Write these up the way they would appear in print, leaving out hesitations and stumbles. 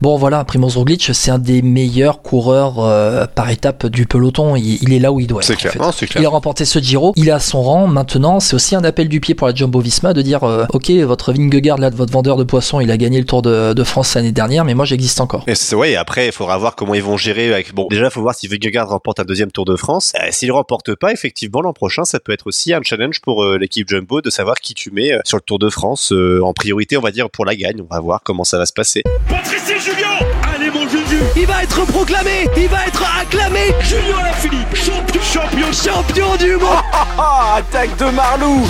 Bon voilà, Primož Roglič, c'est un des meilleurs coureurs par étape du peloton. Il est là où il doit être. C'est clair. En fait. Non, c'est clair. Il a remporté ce Giro, il est à son rang. Maintenant, c'est aussi un appel du pied pour la Jumbo-Visma de dire ok, votre Vingegaard, là, votre vendeur de poissons, il a gagné le Tour de France l'année dernière, mais moi j'existe encore. Et après, il faudra voir comment ils vont gérer avec. Bon, déjà, il faut voir si Vingegaard remporte un deuxième Tour de France. S'il ne remporte pas, effectivement, l'an prochain, ça peut être aussi un challenge pour l'équipe Jumbo de savoir qui tu mets sur le Tour de France en priorité, on va dire, pour la gagne. On va voir comment ça va se passer. Patrice Julien, allez mon Juju, il va être proclamé, il va être acclamé, Julien Alaphilippe, champion du monde. Attaque de Marlou.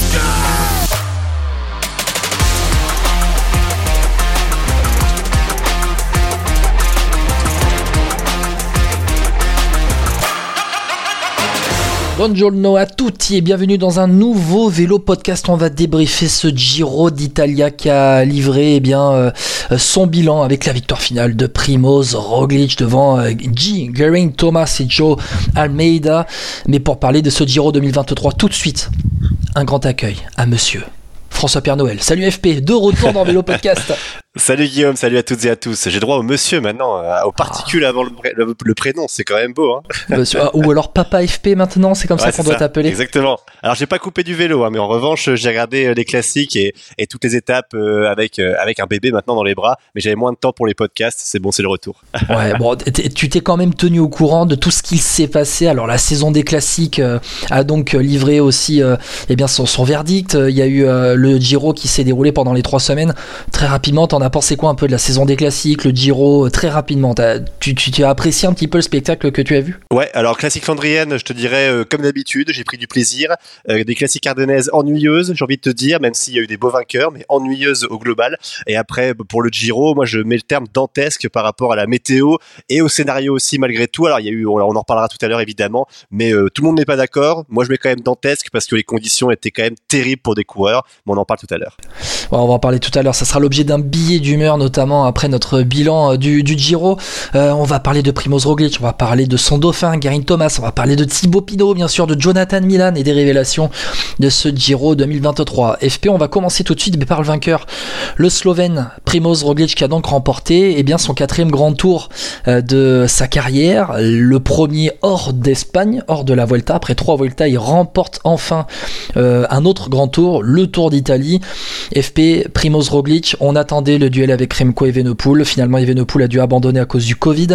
Buongiorno a tutti et bienvenue dans un nouveau vélo podcast. On va débriefer ce Giro d'Italia qui a livré son bilan avec la victoire finale de Primož Roglič devant Geraint Thomas et Joe Almeida. Mais pour parler de ce Giro 2023 tout de suite, un grand accueil à monsieur François Père Noël. Salut FP, de retour dans Vélo Podcast. Salut Guillaume, salut à toutes et à tous. J'ai droit au monsieur maintenant, aux particules avant le prénom, c'est quand même beau. Hein. Monsieur, ou alors Papa FP maintenant, c'est comme ça qu'on doit t'appeler. Exactement. Alors j'ai pas coupé du vélo, mais en revanche j'ai regardé les classiques et toutes les étapes avec un bébé maintenant dans les bras, mais j'avais moins de temps pour les podcasts, c'est bon, c'est le retour. Ouais, bon, tu t'es quand même tenu au courant de tout ce qui s'est passé. Alors la saison des classiques a donc livré aussi son verdict. Il y a eu le Giro qui s'est déroulé pendant les 3 semaines. Très rapidement, t'en as pensé quoi un peu de la saison des classiques, le Giro, très rapidement? Tu as apprécié un petit peu le spectacle que tu as vu? Ouais, alors classique flandrienne, je te dirais comme d'habitude, j'ai pris du plaisir. Des classiques ardennaises ennuyeuses, j'ai envie de te dire, même s'il y a eu des beaux vainqueurs, mais ennuyeuses au global. Et après, pour le Giro, moi je mets le terme dantesque par rapport à la météo et au scénario aussi malgré tout. Alors il y a eu, on en reparlera tout à l'heure évidemment, mais tout le monde n'est pas d'accord. Moi je mets quand même dantesque parce que les conditions étaient quand même terribles pour des coureurs, mais on en parle tout à l'heure. Ouais, on va en parler tout à l'heure, ça sera l'objet d'un billet d'humeur, notamment après notre bilan du Giro. On va parler de Primož Roglič, on va parler de son dauphin Geraint Thomas, on va parler de Thibaut Pinot, bien sûr, de Jonathan Milan et des révélations de ce Giro 2023. FP, on va commencer tout de suite par le vainqueur, le Slovène Primož Roglič, qui a donc remporté son 4e grand tour de sa carrière, le premier hors d'Espagne, hors de la Vuelta. Après 3 Vuelta, il remporte enfin un autre grand tour, le Tour d'Italie. FP, Primož Roglič, on attendait le duel avec Remco Evenepoel. Finalement, Evenepoel a dû abandonner à cause du Covid.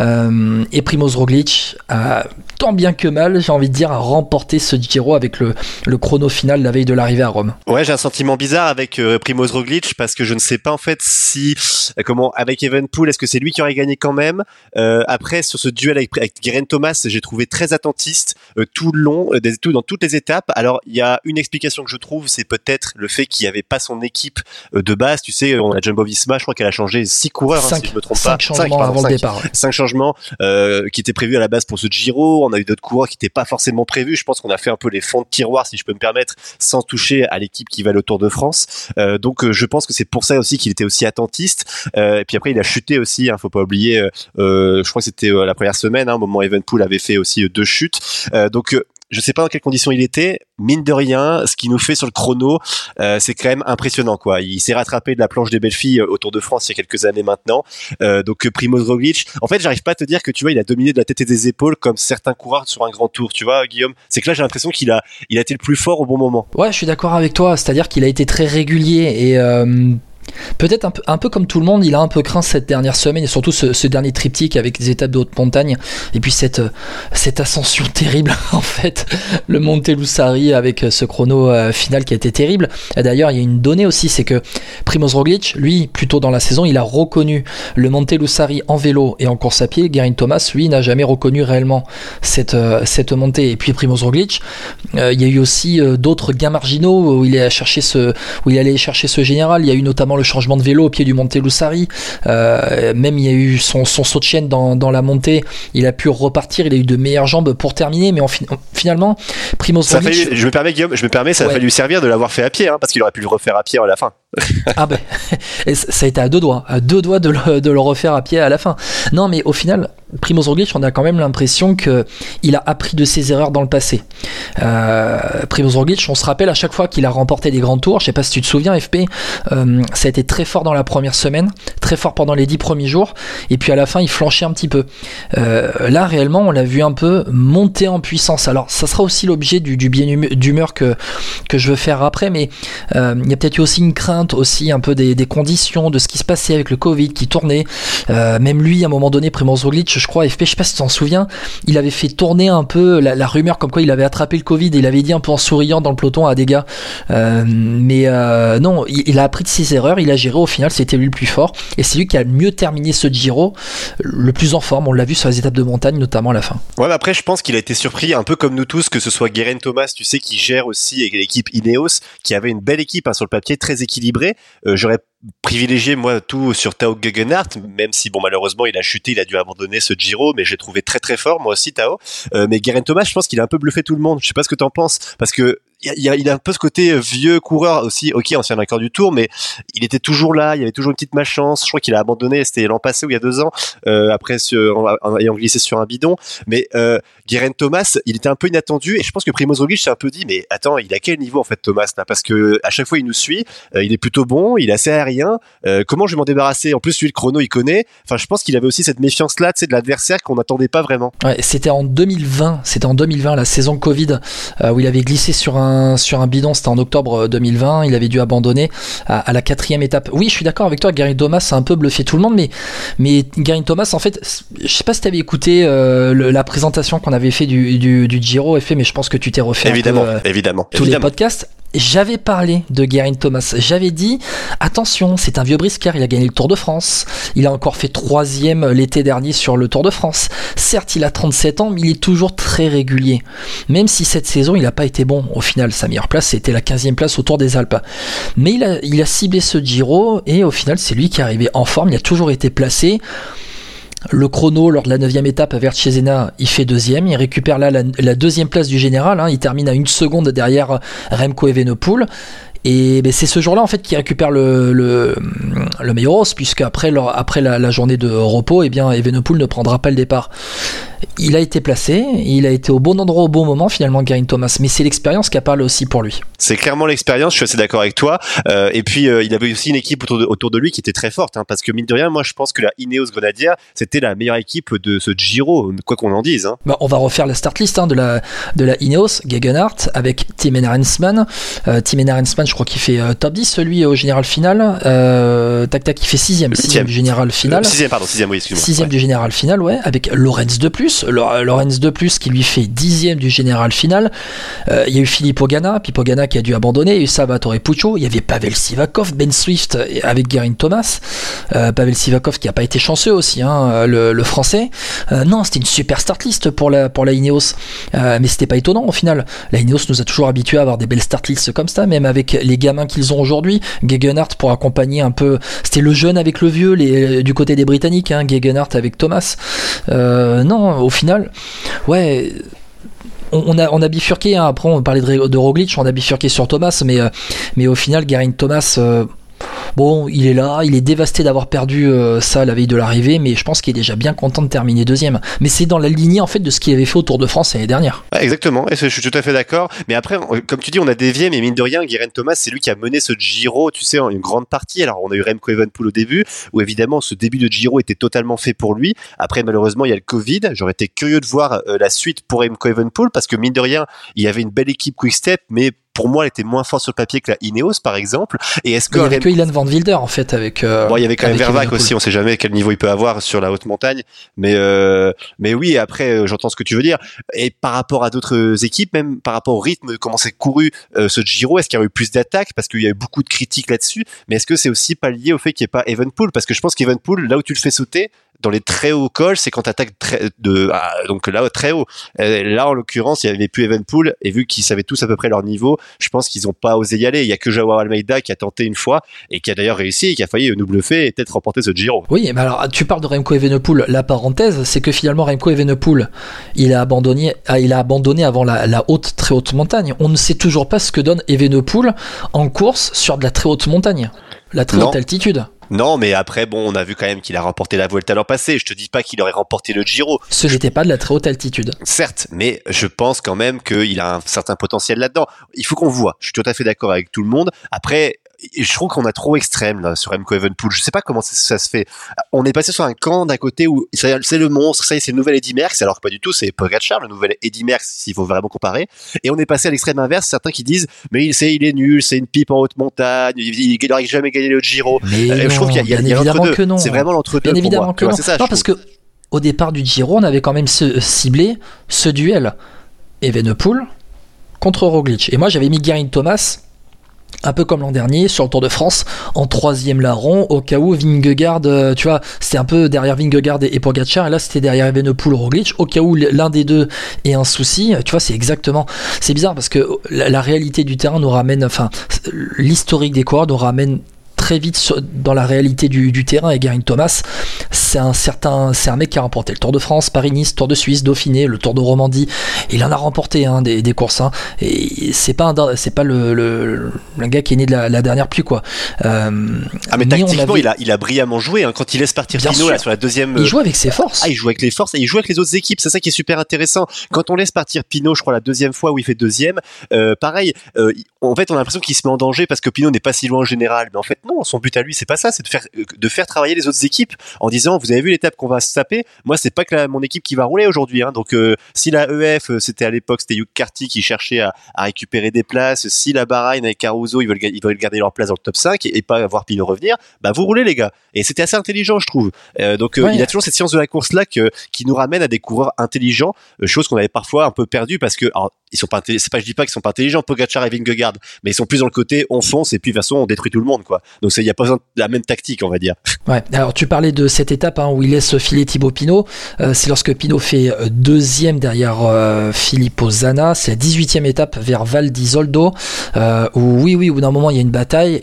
Et Primož Roglič a, tant bien que mal, j'ai envie de dire, a remporté ce Giro avec le chrono final la veille de l'arrivée à Rome. Ouais, j'ai un sentiment bizarre avec Primož Roglič parce que je ne sais pas en fait si avec Evenepoel, est-ce que c'est lui qui aurait gagné quand même. Après, sur ce duel avec Geraint Thomas, j'ai trouvé très attentiste tout le long, dans toutes les étapes. Alors, il y a une explication que je trouve, c'est peut-être le fait qu'il n'y avait pas son équipe de base. Tu sais, on a Jumbo-Visma, je crois qu'elle a changé 6 coureurs, si je me trompe pas. 5 changements avant le départ. 5 changements qui étaient prévus à la base pour ce Giro. On a eu d'autres coureurs qui n'étaient pas forcément prévus. Je pense qu'on a fait un peu les fonds de tiroir, si je peux me permettre, sans toucher à l'équipe qui va le Tour de France. Donc, je pense que c'est pour ça aussi qu'il était aussi attentiste. Et puis après, il a chuté aussi. Faut pas oublier. Je crois que c'était la première semaine. Au moment où Evenepoel avait fait aussi 2 chutes. Donc je sais pas dans quelles conditions il était, mine de rien, ce qu'il nous fait sur le chrono, c'est quand même impressionnant, quoi. Il s'est rattrapé de la planche des belles filles au Tour de France il y a quelques années maintenant. Donc Primož Roglič, en fait, j'arrive pas à te dire que tu vois, il a dominé de la tête et des épaules comme certains coureurs sur un grand tour, tu vois, Guillaume. C'est que là, j'ai l'impression qu'il a été le plus fort au bon moment. Ouais, je suis d'accord avec toi. C'est-à-dire qu'il a été très régulier et peut-être un peu comme tout le monde, il a un peu craint cette dernière semaine et surtout ce dernier triptyque avec des étapes de haute montagne et puis cette ascension terrible en fait, le Monte Lussari avec ce chrono final qui a été terrible. Et d'ailleurs, il y a une donnée aussi, c'est que Primož Roglič, lui, plus tôt dans la saison, il a reconnu le Monte Lussari en vélo et en course à pied. Geraint Thomas, lui, n'a jamais reconnu réellement cette montée. Et puis Primož Roglič, il y a eu aussi d'autres gains marginaux où il allait chercher ce général. Il y a eu notamment le changement de vélo au pied du Monte Lussari, même il y a eu son saut de chaîne dans la montée, il a pu repartir, il a eu de meilleures jambes pour terminer, mais finalement Primož Roglič, je me permets Guillaume, ça a fallu lui servir de l'avoir fait à pied, parce qu'il aurait pu le refaire à pied à la fin. Ah ben, ça a été à deux doigts de le refaire à pied à la fin. Non, mais au final, Primož Roglič, on a quand même l'impression qu'il a appris de ses erreurs dans le passé. Primož Roglič, on se rappelle à chaque fois qu'il a remporté des grands tours, je sais pas si tu te souviens FP, ça a été très fort dans la première semaine, très fort pendant les 10 premiers jours, et puis à la fin il flanchait un petit peu. Là réellement on l'a vu un peu monter en puissance. Alors ça sera aussi l'objet du bien d'humeur que je veux faire après, mais il y a peut-être eu aussi une crainte aussi un peu des conditions, de ce qui se passait avec le Covid qui tournait. Même lui, à un moment donné, Primož Roglič, je crois, FP, je sais pas si tu t'en souviens, il avait fait tourner un peu la rumeur comme quoi il avait attrapé le Covid, et il avait dit un peu en souriant dans le peloton à des gars. Non, il a appris de ses erreurs, il a géré, au final c'était lui le plus fort, et c'est lui qui a le mieux terminé ce Giro, le plus en forme, on l'a vu sur les étapes de montagne, notamment à la fin. Ouais, mais après je pense qu'il a été surpris, un peu comme nous tous, que ce soit Geraint Thomas, tu sais, qui gère aussi avec l'équipe Ineos, qui avait une belle équipe sur le papier, très équilibrée. J'aurais privilégié moi tout sur Tao Gegenhardt, même si bon malheureusement il a chuté, il a dû abandonner ce Giro, mais j'ai trouvé très très fort moi aussi Tao. Mais Geraint Thomas, je pense qu'il a un peu bluffé tout le monde. Je sais pas ce que t'en penses, parce que il a un peu ce côté vieux coureur aussi, ok, ancien vainqueur du Tour, mais il était toujours là, il y avait toujours une petite malchance. Je crois qu'il a abandonné, c'était l'an passé ou il y a 2 ans, après en ayant glissé sur un bidon. Mais Geraint Thomas, il était un peu inattendu, et je pense que Primož Roglič s'est un peu dit, mais attends, il a quel niveau en fait Thomas là, parce que à chaque fois il nous suit, il est plutôt bon, il est assez aérien, comment je vais m'en débarrasser? En plus lui le chrono il connaît. Enfin je pense qu'il avait aussi cette méfiance là, tu sais, de l'adversaire qu'on n'attendait pas vraiment. Ouais, c'était en 2020, la saison Covid, où il avait glissé sur un bidon, c'était en octobre 2020, il avait dû abandonner à la 4e étape. Oui, je suis d'accord avec toi, Geraint Thomas a un peu bluffé tout le monde, mais Geraint Thomas, en fait, je sais pas si t'avais écouté la présentation qu'on avait fait du Giro, mais je pense que tu t'es refait évidemment tous les podcasts. J'avais parlé de Geraint Thomas, j'avais dit attention, c'est un vieux briscard, il a gagné le Tour de France, il a encore fait 3e l'été dernier sur le Tour de France. Certes il a 37 ans, mais il est toujours très régulier, même si cette saison il n'a pas été bon. Au final sa meilleure place c'était la 15e place au Tour des Alpes, mais il a ciblé ce Giro, et au final c'est lui qui est arrivé en forme, il a toujours été placé. Le chrono lors de la 9e étape à Vercesena, il fait 2e, il récupère là la 2e place du général, il termine à 1 seconde derrière Remco Evenepoel. Et c'est ce jour-là en fait qu'il récupère le meilleur os, puisque après la journée de repos, Evenepoel ne prendra pas le départ. Il a été placé, il a été au bon endroit au bon moment finalement, Geraint Thomas, mais c'est l'expérience qui a parlé aussi pour lui. C'est clairement l'expérience, je suis assez d'accord avec toi. Et puis il avait aussi une équipe autour de lui qui était très forte, parce que mine de rien, moi je pense que la Ineos Grenadier c'était la meilleure équipe de ce Giro, quoi qu'on en dise. On va refaire la start list de la Ineos. Gegenhardt avec Tim Enarensman. Tim Enarensman, je crois qu'il fait top 10 celui au général final. Il fait 6e du général final. 6e, oui, excuse-moi. 6e du général final, ouais, avec Lorenz de plus. Lorenz de plus qui lui fait 10e du général final. Il y a eu Filippo Ganna qui a dû abandonner, il y a eu Salvatore Puccio, il y avait Pavel Sivakov, Ben Swift avec Geraint Thomas. Pavel Sivakov qui a pas été chanceux aussi, le français. Non, c'était une super start list pour la Ineos, mais c'était pas étonnant au final. La Ineos nous a toujours habitués à avoir des belles start lists comme ça, même avec les gamins qu'ils ont aujourd'hui. Gegenhardt pour accompagner un peu, c'était le jeune avec le vieux, du côté des Britanniques, Gegenhardt avec Thomas. Non, au final, ouais. On a bifurqué, après on parlait de Roglič, on a bifurqué sur Thomas, mais au final Geraint Thomas, bon, il est là, il est dévasté d'avoir perdu ça la veille de l'arrivée, mais je pense qu'il est déjà bien content de terminer 2e. Mais c'est dans la lignée en fait de ce qu'il avait fait au Tour de France l'année dernière. Ouais, exactement, et je suis tout à fait d'accord. Mais après, comme tu dis, on a dévié, mais mine de rien, Geraint Thomas, c'est lui qui a mené ce Giro, tu sais, en une grande partie. Alors, on a eu Remco Evenepoel au début, où évidemment, ce début de Giro était totalement fait pour lui. Après, malheureusement, il y a le Covid. J'aurais été curieux de voir la suite pour Remco Evenepoel, parce que mine de rien, il y avait une belle équipe Quick-Step, mais pour moi, elle était moins forte sur le papier que la Ineos, par exemple. Et est-ce que il y avait que Ilan Van Wilder en fait avec. Bon, il y avait quand même Vervaek aussi. On sait jamais quel niveau il peut avoir sur la haute montagne. Mais oui. Après, j'entends ce que tu veux dire. Et par rapport à d'autres équipes, même par rapport au rythme, comment c'est couru ce Giro, est-ce qu'il y a eu plus d'attaques parce qu'il y a eu beaucoup de critiques là-dessus. Mais est-ce que c'est aussi pas lié au fait qu'il n'y ait pas Evenepoel, parce que je pense qu'Evenepoel, là où tu le fais sauter, dans les très hauts cols, c'est quand t'attaques donc là très haut. Là en l'occurrence, il y avait plus Evenepoel, et vu qu'ils savaient tous à peu près leur niveau, je pense qu'ils ont pas osé y aller. Il y a que Joao Almeida qui a tenté une fois et qui a d'ailleurs réussi et qui a failli nous bluffer et peut-être remporter ce Giro. Oui, mais alors tu parles de Remco Evenepoel. La parenthèse, c'est que finalement Remco Evenepoel, il a abandonné avant la très haute montagne. On ne sait toujours pas ce que donne Evenepoel en course sur de la très haute montagne, la très haute altitude. Non, mais après, bon, on a vu quand même qu'il a remporté la Vuelta l'an passé. Je te dis pas qu'il aurait remporté le Giro. Ce n'était pas de la très haute altitude. Certes, mais je pense quand même qu'il a un certain potentiel là-dedans. Il faut qu'on voit. Je suis tout à fait d'accord avec tout le monde. Après, je trouve qu'on a trop extrême là sur Remco Evenepoel. Je sais pas comment ça se fait. On est passé sur un camp d'un côté où c'est le monstre, ça y est, c'est le nouvel Eddy Merckx, alors que pas du tout, c'est Pogačar, le nouvel Eddy Merckx, s'il faut vraiment comparer. Et on est passé à l'extrême inverse, certains qui disent mais il est nul, c'est une pipe en haute montagne, il n'aurait jamais gagné le Giro. Mais je trouve qu'il y a l'entre-deux. C'est vraiment l'entre-deux. Bien évidemment que non. C'est ça, non, parce que au départ du Giro, on avait quand même ciblé ce duel Evenepoel contre Roglic. Et moi, j'avais mis Geraint Thomas, un peu comme l'an dernier sur le Tour de France, en 3e larron, au cas où Vingegaard, tu vois, c'était un peu derrière Vingegaard et Pogačar, et là c'était derrière Evenepoel, Roglic, au cas où l'un des deux ait un souci. Tu vois, c'est bizarre parce que la réalité du terrain nous ramène, enfin l'historique des coureurs nous ramène très vite dans la réalité du terrain. Et Geraint Thomas, c'est un mec qui a remporté le Tour de France, Paris-Nice, Tour de Suisse, Dauphiné, le Tour de Romandie. Il en a remporté des courses. Et c'est pas le gars qui est né de la dernière pluie, quoi. Mais tactiquement, il a brillamment joué. Quand il laisse partir Pinot là, sur la deuxième. Il joue avec ses forces. Il joue avec les forces et il joue avec les autres équipes. C'est ça qui est super intéressant. Quand on laisse partir Pinot, je crois la deuxième fois où il fait deuxième, pareil. En fait, on a l'impression qu'il se met en danger parce que Pinot n'est pas si loin en général. Mais en fait, non. Son but à lui, c'est pas ça. C'est de faire travailler les autres équipes en disant, vous avez vu l'étape qu'on va se taper. Moi, c'est pas que mon équipe qui va rouler aujourd'hui. Donc, si la EF, c'était à l'époque, c'était Hugh Carty qui cherchait à récupérer des places. Si la Bahreïn avec Caruso, ils veulent garder leur place dans le top 5 et pas voir Pinot revenir, bah vous roulez les gars. Et c'était assez intelligent, je trouve. Il a toujours cette science de la course là qui nous ramène à des coureurs intelligents, chose qu'on avait parfois un peu perdu parce que ils sont pas je dis pas qu'ils sont pas intelligents, Pogačar et Vingegaard, mais ils sont plus dans le côté on fonce et puis de toute façon on détruit tout le monde, quoi. Donc il y a pas besoin de la même tactique, on va dire. Ouais. Alors tu parlais de cette étape où il laisse filer Thibaut Pinot. C'est lorsque Pinot fait deuxième derrière Filippo Zana. C'est la 18e étape vers Val d'Isoldo, où au bout d'un moment il y a une bataille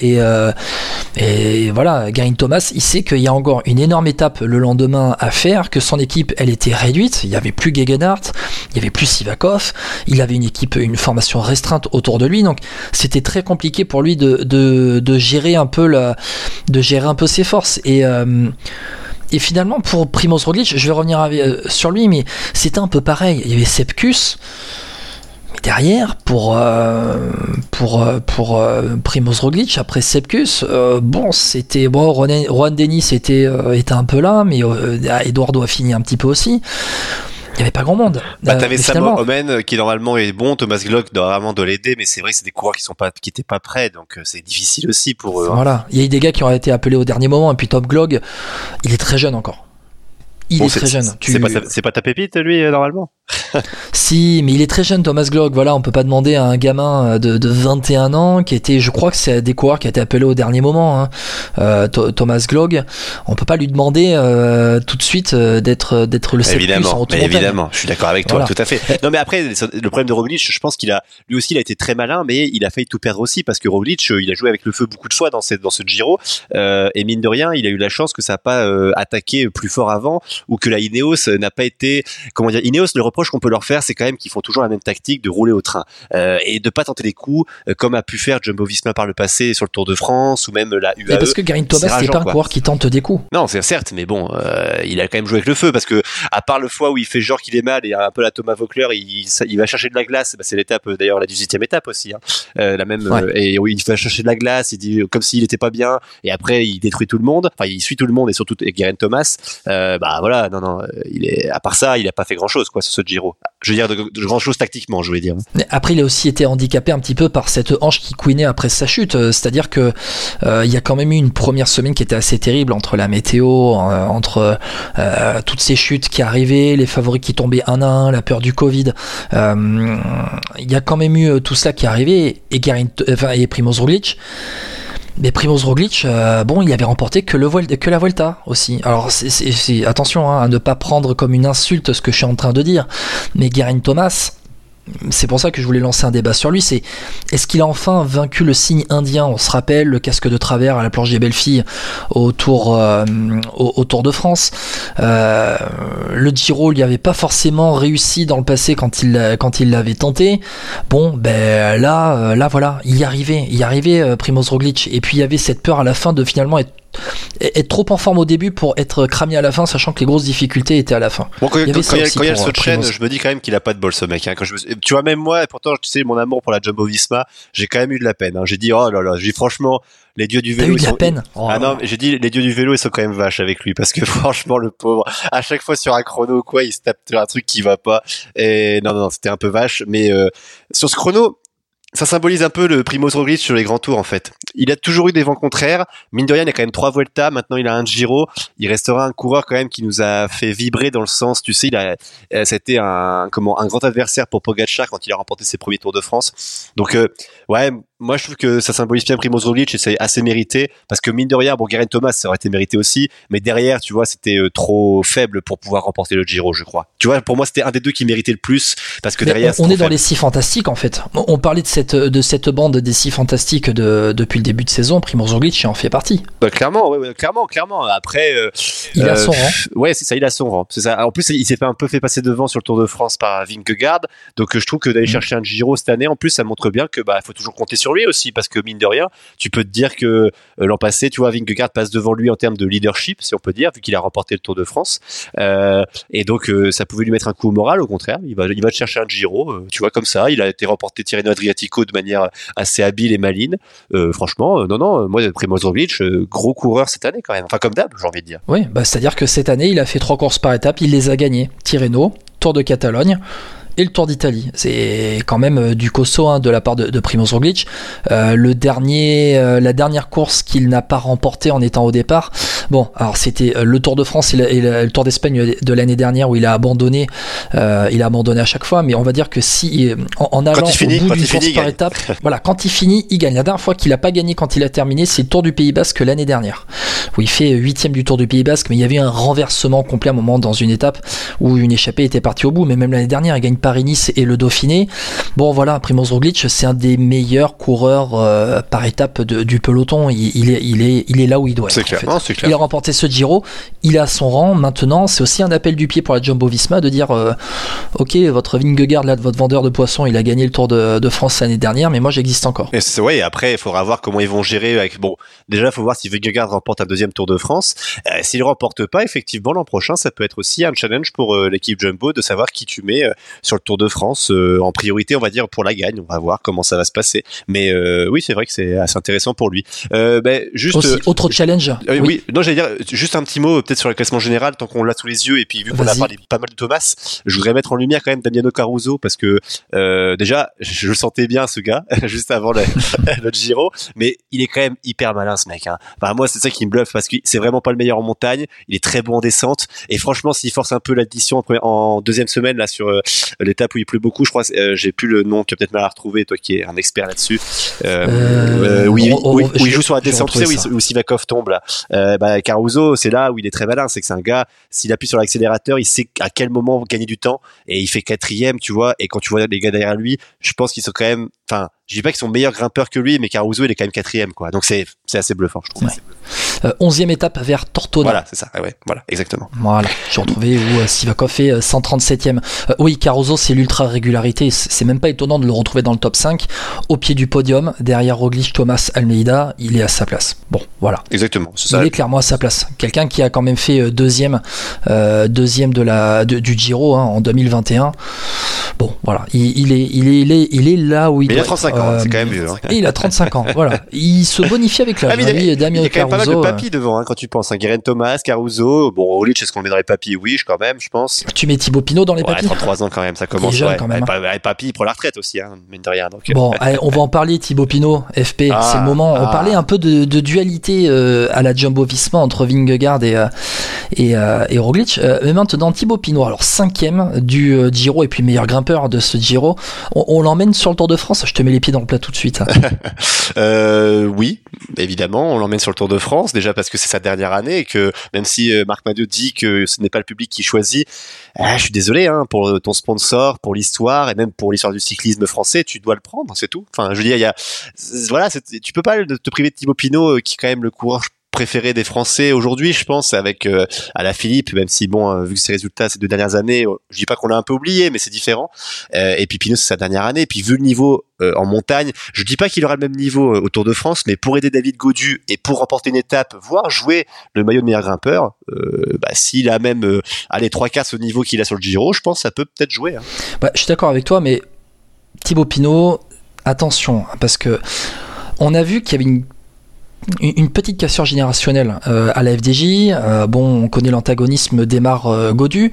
et voilà, Geraint Thomas, il sait qu'il y a encore une énorme étape le lendemain à faire, que son équipe elle était réduite. Il y avait plus Gegenhardt, il y avait plus Sivakov, il avait une formation restreinte autour de lui, donc c'était très compliqué pour lui de gérer un peu ses forces. Et finalement, pour Primož Roglic, je vais revenir sur lui, mais c'était un peu pareil. Il y avait Sepkus, mais derrière, pour Primož Roglic, après Sepkus, c'était Juan Dennis était un peu là, mais Eduardo a fini un petit peu aussi. Il n'y avait pas grand monde. T'avais Sam Omen qui normalement est bon, Thomas Glock normalement doit l'aider, mais c'est vrai que c'est des coureurs qui étaient pas prêts, donc c'est difficile aussi pour eux. Voilà, il y a eu des gars qui ont été appelés au dernier moment, et puis Tom Glock, il est très jeune encore. Il est très jeune. C'est pas ta pépite, lui, normalement. Si, mais il est très jeune, Thomas Glock. Voilà, on peut pas demander à un gamin de 21 ans qui était, je crois que c'est des coureurs qui a été appelé au dernier moment, Thomas Glock. On peut pas lui demander tout de suite d'être le 7+. Évidemment, je suis d'accord avec toi, voilà. Tout à fait. Non, mais après, le problème de Roglic, je pense lui aussi, il a été très malin, mais il a failli tout perdre aussi parce que Roglic, il a joué avec le feu beaucoup de fois dans ce Giro, et mine de rien, il a eu la chance que ça n'a pas attaqué plus fort avant, ou que la Ineos n'a pas été, comment dire, Ineos, le reproche qu'on peut leur faire, c'est quand même qu'ils font toujours la même tactique de rouler au train et de pas tenter les coups comme a pu faire Jumbo-Visma par le passé sur le Tour de France ou même la UAE. Mais parce que Geraint Thomas n'est pas un coureur qui tente des coups. Non, c'est certes, mais bon, il a quand même joué avec le feu parce que à part le fois où il fait genre qu'il est mal et un peu la Thomas Voeckler, il va chercher de la glace. C'est l'étape d'ailleurs la 18e étape aussi, la même. Ouais. Et oui, il va chercher de la glace, il dit comme s'il était pas bien et après il détruit tout le monde. Enfin, il suit tout le monde et surtout Geraint Thomas. Voilà, non, à part ça, il a pas fait grand chose quoi sur ce Giro. Je veux dire de grand chose tactiquement, je voulais dire. Après, il a aussi été handicapé un petit peu par cette hanche qui couinait après sa chute. C'est-à-dire que il y a quand même eu une première semaine qui était assez terrible entre la météo, entre toutes ces chutes qui arrivaient, les favoris qui tombaient un à un, la peur du Covid. Il y a quand même eu tout cela qui arrivait et Primož Roglic. Mais Primož Roglic, il avait remporté que la Vuelta aussi. Alors c'est attention à ne pas prendre comme une insulte ce que je suis en train de dire. Mais Geraint Thomas, c'est pour ça que je voulais lancer un débat sur lui, c'est est-ce qu'il a enfin vaincu le signe indien? On se rappelle le casque de travers à la planche des Belles-Filles au Tour de France. Le Giro il n'y avait pas forcément réussi dans le passé quand il l'avait tenté. Là voilà, il y arrivait Primož Roglic, et puis il y avait cette peur à la fin de finalement être être trop en forme au début pour être cramé à la fin, sachant que les grosses difficultés étaient à la fin. Bon, quand il y a le saut de chaîne, Primoz. je me dis quand même qu'il a pas de bol, ce mec. Hein. Tu vois, même moi, et pourtant, tu sais, mon amour pour la Jumbo-Visma, j'ai quand même eu de la peine. Hein. J'ai dit, oh là là, j'ai dit franchement, les dieux du T'as vélo. eu de la peine. Ah non, j'ai dit, les dieux du vélo, ils sont quand même vaches avec lui, parce que franchement, le pauvre, à chaque fois sur un chrono ou quoi, il se tape un truc qui va pas. Et non, c'était un peu vache. Mais sur ce chrono, ça symbolise un peu le Primoz Roglic sur les grands tours en fait. Il a toujours eu des vents contraires. Mine de rien, il a quand même 3 Vuelta. Maintenant, il a un Giro. Il restera un coureur quand même qui nous a fait vibrer dans le sens, tu sais, c'était un grand adversaire pour Pogačar quand il a remporté ses premiers Tours de France. Donc, ouais, moi je trouve que ça symbolise bien Primoz Roglic et c'est assez mérité parce que mine de rien, bon, Geraint Thomas, ça aurait été mérité aussi, mais derrière, tu vois, c'était trop faible pour pouvoir remporter le Giro, je crois. Tu vois, pour moi, c'était un des deux qui méritait le plus parce que derrière, on est dans les 6 fantastiques en fait. On parlait de cette bande des 6 fantastiques depuis le début de saison. Primoz Roglic en fait partie. Bah, clairement. Après, il a son rang. Ouais, c'est ça, il a son rang. C'est ça. En plus, il s'est un peu fait passer devant sur le Tour de France par Vingegaard. Donc, je trouve que d'aller chercher un Giro cette année, en plus, ça montre bien que faut toujours compter sur lui aussi, parce que mine de rien, tu peux te dire que l'an passé, tu vois, Vingegaard passe devant lui en termes de leadership, si on peut dire, vu qu'il a remporté le Tour de France. Et donc, ça pouvait lui mettre un coup au moral. Au contraire, il va te chercher un Giro, tu vois, comme ça. Il a été remporté Tirreno Adriatico de manière assez habile et maligne. Franchement, non, moi, Primoz Roglic, gros coureur cette année quand même. Enfin, comme d'hab, j'ai envie de dire. Oui, c'est-à-dire que cette année, il a fait 3 courses par étape, il les a gagnées. Tirreno, Tour de Catalogne et le Tour d'Italie. C'est quand même du costaud de la part de Primoz Roglic. La dernière course qu'il n'a pas remportée en étant au départ. Bon, alors c'était le Tour de France et le Tour d'Espagne de l'année dernière où il a abandonné. Il a abandonné à chaque fois, mais on va dire que si en allant au bout d'une course par étape, voilà, quand il finit, il gagne. La dernière fois qu'il a pas gagné quand il a terminé, c'est le Tour du Pays Basque l'année dernière, où il fait 8e du Tour du Pays Basque, mais il y avait un renversement complet à un moment dans une étape où une échappée était partie au bout. Mais même l'année dernière, il gagne Paris-Nice et le Dauphiné. Bon voilà, Primoz Roglic, c'est un des meilleurs coureurs par étape du peloton. Il est là où il doit être. C'est clair. En fait. Non, c'est clair. Il a remporté ce Giro, il a son rang. Maintenant, c'est aussi un appel du pied pour la Jumbo-Visma de dire ok, votre Vingegaard, là, votre vendeur de poissons, il a gagné le Tour de France l'année dernière, mais moi j'existe encore. Et après, il faudra voir comment ils vont gérer avec. Bon, déjà, il faut voir si Vingegaard remporte un deuxième Tour de France. S'il remporte pas, effectivement, l'an prochain, ça peut être aussi un challenge pour l'équipe Jumbo de savoir qui tu mets sur le Tour de France en priorité, on va dire, pour la gagne. On va voir comment ça va se passer. Mais oui, c'est vrai que c'est assez intéressant pour lui. Juste aussi, autre challenge. Oui, non, j'allais dire juste un petit mot peut-être sur le classement général tant qu'on l'a sous les yeux et puis vu qu'on a parlé pas mal de Thomas, je voudrais mettre en lumière quand même Damiano Caruso parce que déjà je le sentais bien ce gars juste avant le Giro, mais il est quand même hyper malin ce mec. Hein. Enfin moi c'est ça qui me bluffe parce que c'est vraiment pas le meilleur en montagne, il est très bon en descente et franchement s'il force un peu l'addition en deuxième semaine là sur l'étape où il pleut beaucoup, je crois j'ai plus le nom, tu as peut-être mal à retrouver toi qui es un expert là-dessus. Oui, il joue sur la descente, tu sais où Sivakov tombe là. Caruso, c'est là où il est très malin, c'est que c'est un gars, s'il appuie sur l'accélérateur, il sait à quel moment gagner du temps et il fait 4e, tu vois, et quand tu vois les gars derrière lui, je pense qu'ils sont quand même, enfin, je dis pas qu'ils sont meilleurs grimpeurs que lui, mais Caruso, il est quand même 4e, quoi. Donc c'est assez bluffant, je trouve. Ouais. 11e étape vers Tortona. Voilà, c'est ça. Ouais, voilà, exactement. Voilà, j'ai retrouvé où Sivakov fait 137e. Oui, Caruso, c'est l'ultra régularité. C'est même pas étonnant de le retrouver dans le top 5, au pied du podium, derrière Roglic, Thomas, Almeida. Il est à sa place. Bon, voilà. Exactement. Il est clairement à sa place. Quelqu'un qui a quand même fait deuxième du Giro en 2021. Bon, voilà, il est là où il doit. Il a 35 ans, c'est quand même vieux. Hein. Et il a 35 ans, voilà. Il se bonifie avec l'âge. Il y a quand même Caruso, pas mal de papis devant, quand tu penses. Geraint Thomas, Caruso, bon, Roglic, est-ce qu'on met dans les papis? Oui, quand même, je pense. Tu mets Thibaut Pinot dans les papis? 33 ans quand même, ça commence. Il est jeune quand même. Papy, il prend la retraite aussi, mine de rien. Donc. Bon, allez, on va en parler, Thibaut Pinot, FP, c'est le moment. On parlait un peu de dualité à la Jumbo-Visma entre Vingegaard et Roglic. Mais maintenant, Thibaut Pinot, alors 5e du Giro et puis meilleur grimpeur de ce Giro. On l'emmène sur le Tour de France. Je te mets les pieds dans le plat tout de suite. Oui, évidemment, on l'emmène sur le Tour de France, déjà parce que c'est sa dernière année et que même si Marc Madiot dit que ce n'est pas le public qui choisit, je suis désolé, pour ton sponsor, pour l'histoire et même pour l'histoire du cyclisme français, tu dois le prendre, c'est tout. Enfin, je veux dire, voilà, tu peux pas te priver de Thibaut Pinot qui est quand même le coureur préféré des Français aujourd'hui, je pense, avec Alaphilippe, même si bon, vu que ses résultats ces 2 dernières années, je dis pas qu'on l'a un peu oublié, mais c'est différent. Et puis Pinot, c'est sa dernière année. Et puis vu le niveau en montagne, je dis pas qu'il aura le même niveau au Tour de France, mais pour aider David Gaudu et pour remporter une étape, voire jouer le maillot de meilleur grimpeur, s'il a même 3/4 au niveau qu'il a sur le Giro, je pense que ça peut peut-être jouer. Hein. Bah, je suis d'accord avec toi, mais Thibaut Pinot, attention, parce que on a vu qu'il y avait une petite cassure générationnelle à la FDJ. On connaît l'antagonisme d'Aymar Gaudu.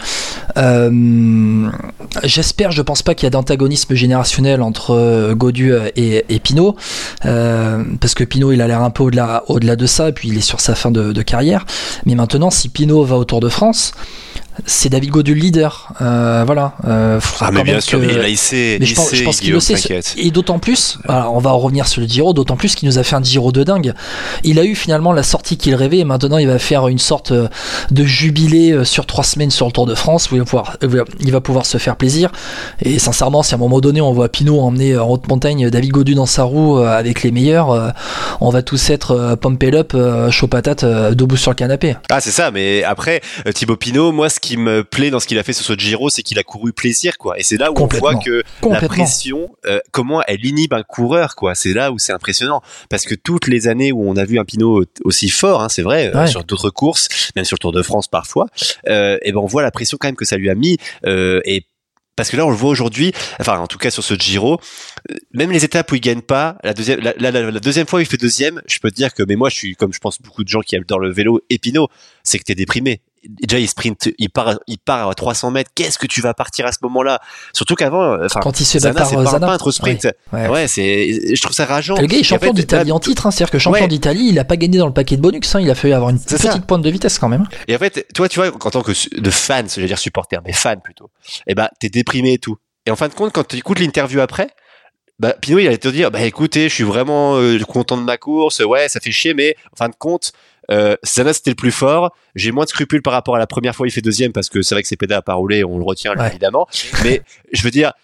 Je pense pas qu'il y a d'antagonisme générationnel entre Gaudu et Pinot, parce que Pinot il a l'air un peu au-delà de ça, et puis il est sur sa fin de carrière. Mais maintenant, si Pinot va au Tour de France, c'est David Gaudu le leader, voilà. Mais bien sûr, il sait. Mais je pense qu'il le sait. Et d'autant plus, alors on va en revenir sur le Giro, d'autant plus qu'il nous a fait un Giro de dingue. Il a eu finalement la sortie qu'il rêvait, et maintenant il va faire une sorte de jubilé sur 3 semaines sur le Tour de France où il va pouvoir se faire plaisir. Et sincèrement, si à un moment donné on voit Pinot emmener en haute montagne David Gaudu dans sa roue avec les meilleurs, on va tous être pumped up, chaud patate, debout sur le canapé. Ah, c'est ça. Mais après, Thibaut Pinot, moi, ce qui me plaît dans ce qu'il a fait sur ce Giro, c'est qu'il a couru plaisir, quoi. Et c'est là où on voit que la pression, comment elle inhibe un coureur, quoi. C'est là où c'est impressionnant, parce que toutes les années où on a vu un Pinot aussi fort, hein, c'est vrai, sur d'autres courses, même sur le Tour de France parfois, on voit la pression quand même que ça lui a mis, et parce que là on le voit aujourd'hui, enfin en tout cas sur ce Giro, même les étapes où il gagne pas, la deuxième fois où il fait deuxième, je peux te dire que, mais moi je suis comme je pense beaucoup de gens qui aiment dans le vélo et Pinot, c'est que t'es déprimé. Déjà il sprint, il part à 300 mètres. Qu'est-ce que tu vas partir à ce moment-là? Surtout qu'avant, quand il se fait battre par Zana, c'est pas un sprint. Ouais, je trouve ça rageant. Le gars est champion d'Italie en titre, hein, c'est-à-dire que champion d'Italie, il a pas gagné dans le paquet de bonus, hein, il a fallu avoir une petite pointe de vitesse quand même. Et en fait, toi, tu vois, en tant que de fan, je vais dire supporter, mais fan plutôt, t'es déprimé et tout. Et en fin de compte, quand tu écoutes l'interview après, Pinot, il allait te dire, écoutez, je suis vraiment content de ma course, ouais, ça fait chier, mais en fin de compte, Zana c'était le plus fort, j'ai moins de scrupules par rapport à la première fois il fait deuxième, parce que c'est vrai que ses pédales à pas rouler, on le retient évidemment, mais je veux dire,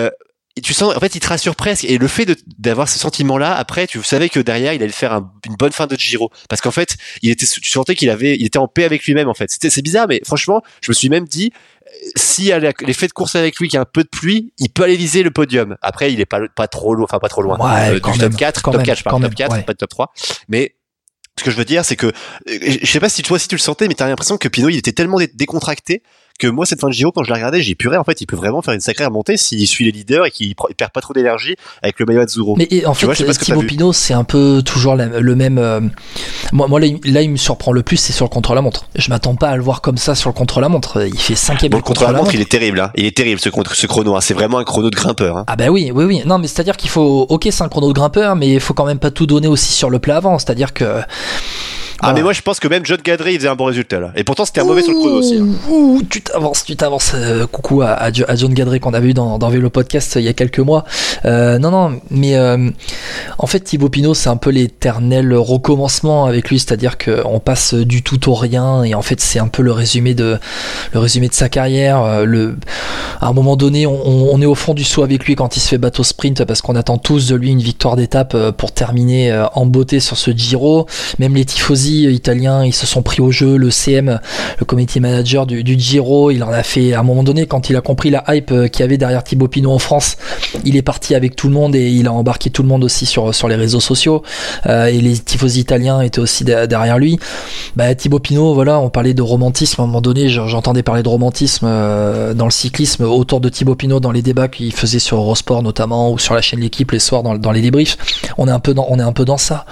tu sens, en fait, il te rassure presque, et le fait d'avoir ce sentiment-là, après, tu savais que derrière, il allait faire une bonne fin de Giro, parce qu'en fait, tu sentais qu'il était en paix avec lui-même, en fait. C'est bizarre, mais franchement, je me suis même dit, s'il y a l'effet de course avec lui, qu'il y a un peu de pluie, il peut aller viser le podium. Après, il est pas trop loin, du top 4, top 4, je parle top 4, pas de top 3, mais ce que je veux dire, c'est que, je sais pas si tu le sentais, mais t'as l'impression que Pinot, il était tellement décontracté, que moi, cette fin de Giro, quand je l'ai regardé, j'ai puré, en fait, il peut vraiment faire une sacrée remontée s'il suit les leaders et qu'il perd pas trop d'énergie avec le maillot Azzurro. Mais en fait, Thibaut Pinot, c'est un peu toujours le même, moi là, il me surprend le plus, c'est sur le contre-la-montre. Je m'attends pas à le voir comme ça sur le contre-la-montre. Il fait 5e le contre-la-montre, il est terrible, hein. Il est terrible, ce chrono, hein. C'est vraiment un chrono de grimpeur, hein. Ah oui. Non, mais c'est-à-dire qu'il faut, c'est un chrono de grimpeur, mais il faut quand même pas tout donner aussi sur le plat avant. C'est-à-dire que, Ah, mais moi je pense que même John Gadret il faisait un bon résultat là. Et pourtant c'était un mauvais sur le chrono aussi. Hein. Tu t'avances. Coucou à John Gadret qu'on avait eu dans Vélo Podcast il y a quelques mois. Non, mais en fait Thibaut Pinot c'est un peu l'éternel recommencement avec lui, c'est-à-dire qu'on passe du tout au rien, et en fait c'est un peu le résumé de sa carrière. À un moment donné on est au fond du seau avec lui quand il se fait battre au sprint, parce qu'on attend tous de lui une victoire d'étape pour terminer en beauté sur ce Giro. Même les tifosi italiens, ils se sont pris au jeu. Le CM, le community manager du Giro, il en a fait à un moment donné, quand il a compris la hype qu'il y avait derrière Thibaut Pinot en France, il est parti avec tout le monde et il a embarqué tout le monde aussi sur les réseaux sociaux, et les tifosi italiens étaient aussi derrière lui. Thibaut Pinot, voilà, on parlait de romantisme à un moment donné, j'entendais parler de romantisme dans le cyclisme autour de Thibaut Pinot dans les débats qu'il faisait sur Eurosport notamment, ou sur la chaîne L'Équipe les soirs dans les débriefs. On est un peu dans ça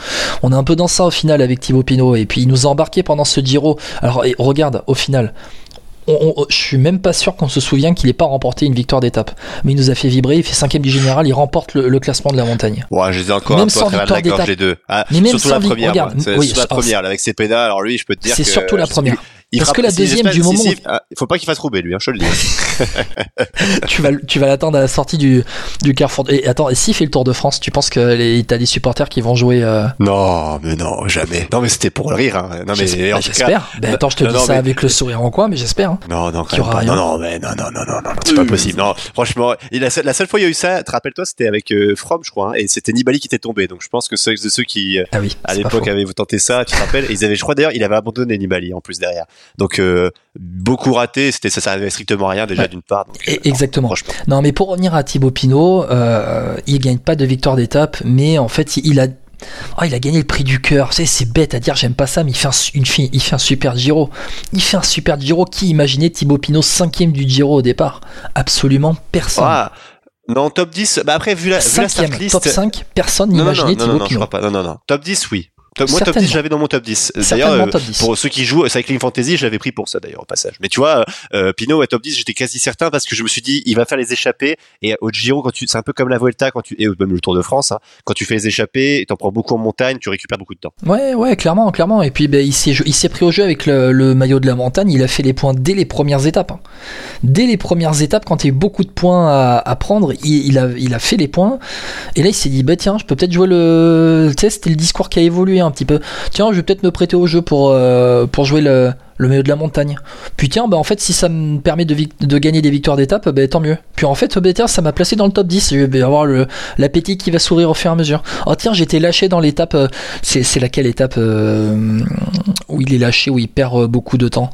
au final avec Thibaut Pinot. Et puis il nous a embarqué pendant ce Giro. Alors regarde, au final, je suis même pas sûr qu'on se souvient qu'il n'ait pas remporté une victoire d'étape, mais il nous a fait vibrer. Il fait 5e du général, il remporte le classement de la montagne. Ouais, je les ai encore même un peu à travers la gorge les deux. Mais même surtout la première, surtout la première, avec ses pédales. Alors lui, je peux te dire c'est surtout la première. Parce que la deuxième du moment, il faut pas qu'il fasse Roubaix lui, je te le dis. tu vas l'attendre à la sortie du Carrefour. Et attends, et s'il fait le Tour de France, tu penses que t'as des supporters qui vont jouer Non, mais non, jamais. Non, mais c'était pour le rire. Hein. Non, mais j'espère. Attends, je te dis ça avec le sourire en coin, mais j'espère. Hein. Non, quand même pas. Non, c'est pas possible. Non, franchement, la seule fois il y a eu ça, te rappelle-toi, c'était avec Fromm, je crois, hein, et c'était Nibali qui était tombé. Donc je pense que ceux qui à l'époque avaient tenté ça, tu te rappelles, et je crois d'ailleurs, il avait abandonné Nibali en plus derrière. Donc beaucoup raté, ça servait strictement à rien déjà d'une part. Donc, exactement. Non, mais pour revenir à Thibaut Pinot, il gagne pas de victoire d'étape, mais en fait il a gagné le prix du cœur. C'est bête à dire, j'aime pas ça, mais il fait un super Giro. Il fait un super Giro. Qui imaginait Thibaut Pinot 5e du Giro au départ? Absolument personne. Non, top 10. Bah après, vu la startlist, top 5, personne n'imaginait Thibaut Pinot. Je crois pas. Non. Top 10, oui. Moi, top 10, je l'avais dans mon top 10. D'ailleurs, pour ceux qui jouent Cycling Fantasy, je l'avais pris pour ça, d'ailleurs, au passage. Mais tu vois, Pinot, top 10, j'étais quasi certain parce que je me suis dit, il va faire les échappées. Et au Giro, c'est un peu comme la Vuelta, et même le Tour de France, hein, quand tu fais les échappées, t'en prends beaucoup en montagne, tu récupères beaucoup de temps. Ouais, clairement. Et puis, il s'est pris au jeu avec le maillot de la montagne. Il a fait les points dès les premières étapes. Hein. Dès les premières étapes, quand il y a eu beaucoup de points à prendre, il a fait les points. Et là, il s'est dit, tiens, je peux peut-être jouer tu sais, c'était le discours qui a évolué un petit peu. Tiens, je vais peut-être me prêter au jeu pour jouer le maillot de la montagne. Puis tiens, en fait, si ça me permet de gagner des victoires d'étape, tant mieux. Puis en fait, ça m'a placé dans le top 10. Je vais avoir l'appétit qui va sourire au fur et à mesure. Oh tiens, j'ai été lâché dans l'étape. C'est laquelle étape où il est lâché, où il perd beaucoup de temps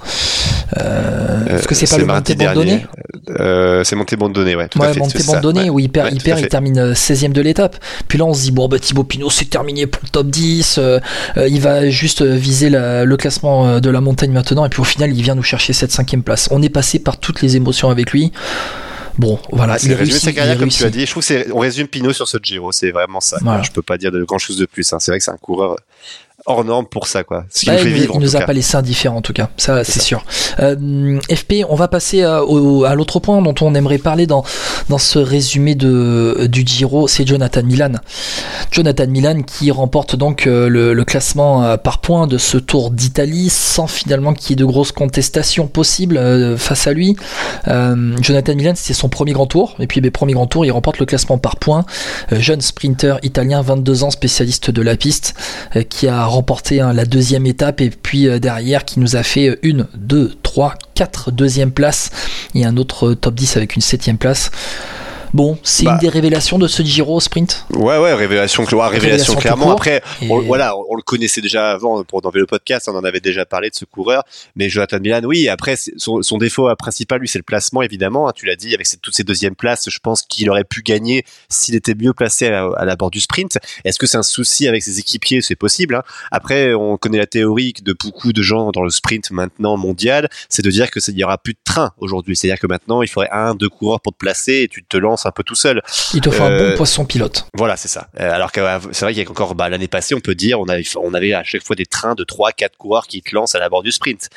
Est-ce que c'est pas le Monte-Bandonné C'est Monte-Bandonné, ouais. Tout à fait, Monte-Bandonné, où il perd, il termine 16e de l'étape. Puis là, on se dit, Thibaut Pinot, c'est terminé pour le top 10. Il va juste viser le classement de la montagne maintenant. Et puis au final, il vient nous chercher cette 5e place. On est passé par toutes les émotions avec lui. Bon, voilà, il résume sa carrière comme tu as dit. Je trouve on résume Pinot sur ce Giro, c'est vraiment ça. Voilà. Je peux pas dire de grand chose de plus. Hein. C'est vrai que c'est un coureur hors norme pour ça, quoi. Ce qui nous fait vivre, il nous a pas laissé indifférents, en tout cas. Ça, c'est sûr. FP, on va passer à l'autre point dont on aimerait parler dans ce résumé du Giro, c'est Jonathan Milan. Jonathan Milan qui remporte donc le classement par points de ce Tour d'Italie sans finalement qu'il y ait de grosses contestations possibles face à lui. Jonathan Milan, c'était son premier grand tour. Et puis, premier grand tour, il remporte le classement par points. Jeune sprinter italien, 22 ans, spécialiste de la piste, qui a remporté la deuxième étape et puis derrière qui nous a fait 1, 2, 3, 4 deuxième places et un autre top 10 avec une 7e place. Bon, c'est une des révélations de ce Giro sprint. Ouais, révélation clairement. Après, on le connaissait déjà avant dans le podcast, on en avait déjà parlé de ce coureur. Mais Jonathan Milan, oui, après, son défaut principal, lui, c'est le placement, évidemment. Hein, tu l'as dit, avec toutes ces deuxièmes places, je pense qu'il aurait pu gagner s'il était mieux placé à la bord du sprint. Est-ce que c'est un souci avec ses équipiers? C'est possible. Hein. Après, on connaît la théorie de beaucoup de gens dans le sprint maintenant mondial, c'est de dire qu'il y aura plus de train aujourd'hui. C'est-à-dire que maintenant, il faudrait 1-2 coureurs pour te placer et tu te lances un peu tout seul. Il te faut un bon poisson pilote. Voilà, c'est ça. Alors que c'est vrai qu'il y a encore l'année passée, on peut dire, on avait à chaque fois des trains de 3-4 coureurs qui te lancent à la bord du sprint.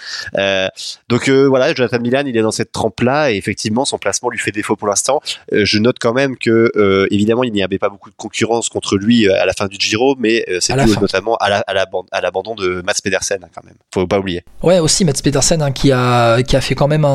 Donc voilà, Jonathan Milan, il est dans cette trempe-là et effectivement, son placement lui fait défaut pour l'instant. Je note quand même que évidemment, il n'y avait pas beaucoup de concurrence contre lui à la fin du Giro, mais c'est dû notamment à l'abandon de Mats Pedersen quand même. Faut pas oublier. Ouais, aussi Mats Pedersen qui a fait quand même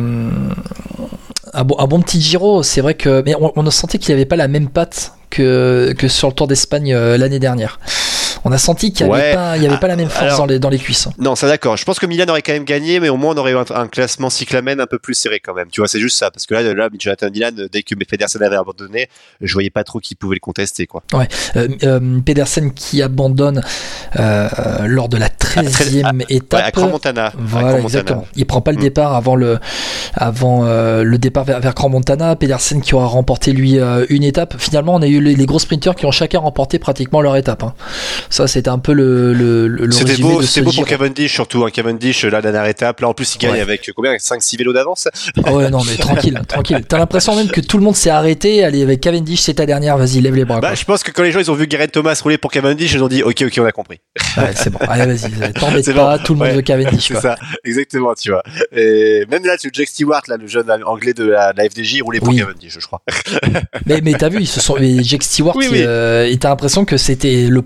un bon petit Giro. C'est vrai que mais on sentait qu'il n'avait pas la même patte que sur le Tour d'Espagne l'année dernière. On a senti qu'il n'y avait pas la même force dans les cuisses. Non, c'est d'accord. Je pense que Milan aurait quand même gagné, mais au moins on aurait eu un classement cyclamen un peu plus serré quand même. Tu vois, c'est juste ça. Parce que là Jonathan Milan, dès que Pedersen avait abandonné, je voyais pas trop qui pouvait le contester, quoi. Ouais. Pedersen qui abandonne lors de la 13e étape. À Crans-Montana. Voilà, exactement. Il prend pas le départ avant le départ vers Crans-Montana. Pedersen qui aura remporté lui une étape. Finalement, on a eu les gros sprinteurs qui ont chacun remporté pratiquement leur étape. Hein. Ça, c'était un peu le c'était beau, c'était beau pour Cavendish, surtout. Hein. Cavendish, la dernière étape. Là, en plus, il gagne avec combien 5-6 vélos d'avance. Ouais, non, mais tranquille. T'as l'impression même que tout le monde s'est arrêté. Allez, avec Cavendish, c'est ta dernière. Vas-y, lève les bras. Je pense que quand les gens ils ont vu Geraint Thomas rouler pour Cavendish, ils ont dit OK, on a compris. Ouais, c'est bon. Allez, vas-y, t'embête pas. Bon. Tout le monde veut Cavendish. C'est ça, exactement, tu vois. Et même là, tu Jack Stewart, là, le jeune anglais de la FDJ, il roulait pour Cavendish, je crois. mais t'as vu, Jack Stewart, et t'as l'impression que c'était le poisson pilote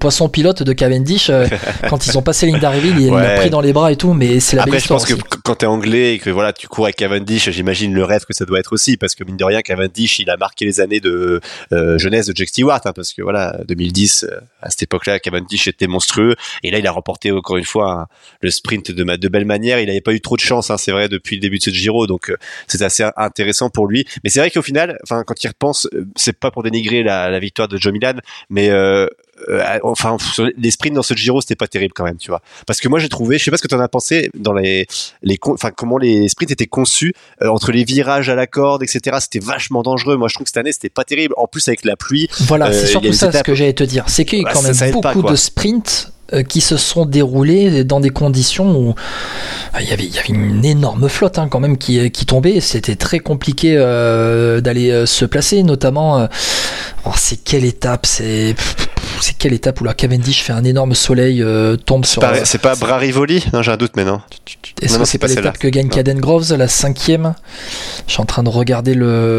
pilote de Cavendish, quand ils ont passé la ligne d'arrivée, il l'a pris dans les bras et tout, mais c'est la belle histoire. Après, je pense que quand t'es anglais et que voilà, tu cours avec Cavendish, j'imagine le rêve que ça doit être aussi, parce que mine de rien, Cavendish, il a marqué les années de jeunesse de Jack Stewart, hein, parce que voilà, 2010, à cette époque-là, Cavendish était monstrueux, et là, il a remporté encore une fois le sprint de belle manière. Il n'avait pas eu trop de chance, hein, c'est vrai, depuis le début de ce Giro, donc c'est assez intéressant pour lui. Mais c'est vrai qu'au final, enfin, quand il repense, c'est pas pour dénigrer la victoire de Joe Milan, mais enfin, les sprints dans ce Giro, c'était pas terrible quand même, tu vois. Parce que moi, j'ai trouvé, je sais pas ce que t'en as pensé dans enfin, comment les sprints étaient conçus, entre les virages à la corde, etc. C'était vachement dangereux. Moi, je trouve que cette année, c'était pas terrible. En plus, avec la pluie. Voilà, c'est surtout ça ce que j'allais te dire. C'est qu'il y a quand même beaucoup de sprints qui se sont déroulés dans des conditions où il y avait une énorme flotte, hein, quand même, qui tombait. C'était très compliqué d'aller se placer, notamment. C'est quelle étape où la Cavendish fait un énorme soleil, tombe sur. C'est pas Bra-Rivoli? Non, j'ai un doute, mais non. Est-ce que c'est pas l'étape que gagne Caden Groves, la 5e? Je suis en train de regarder